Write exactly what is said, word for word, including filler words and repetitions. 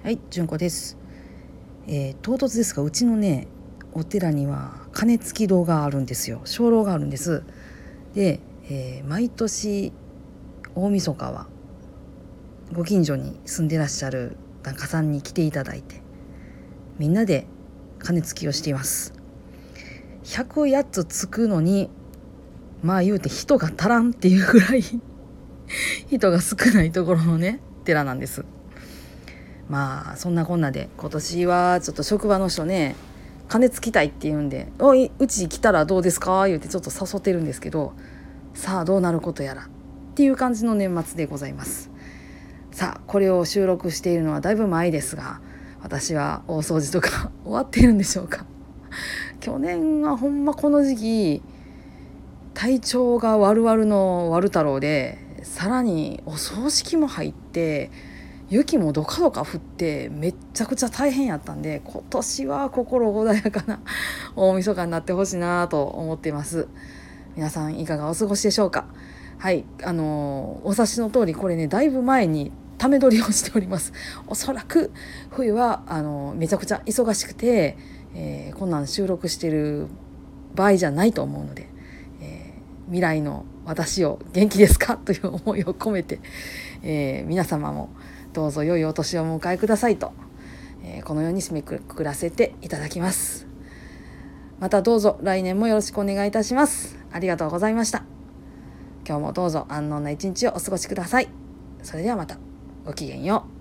はい、純子です。えー、唐突ですが、うちのねお寺には鐘つき堂があるんですよ。鐘楼があるんです。で、えー毎年大晦日はご近所に住んでらっしゃる檀家さんに来ていただいて、みんなで鐘つきをしています。ひゃくやっつつくのに、まあ言うて人が足らんっていうぐらい人が少ないところのね寺なんです。まあそんなこんなで今年はちょっと職場の人ね、鐘つきたいって言うんで、おいうち来たらどうですか言うてちょっと誘ってるんですけど、さあどうなることやらっていう感じの年末でございます。さあこれを収録しているのはだいぶ前ですが、私は大掃除とか終わっているんでしょうか。去年はほんまこの時期体調が悪々の悪太郎で、さらにお葬式も入って雪もどかどか降ってめっちゃくちゃ大変やったんで、今年は心穏やかな大晦日になってほしいなと思っています。皆さんいかがお過ごしでしょうか。はい、あのー、お察しの通りこれねだいぶ前にため撮りをしております。おそらく冬はあのー、めちゃくちゃ忙しくて、えー、こんなん収録してる場合じゃないと思うので、えー、未来の私を元気ですかという思いを込めて、えー、皆様もどうぞ良いお年をお迎えくださいと、えー、このように締めくくらせていただきます。またどうぞ来年もよろしくお願いいたします。ありがとうございました。今日もどうぞ安穏な一日をお過ごしください。それではまた。ごきげんよう。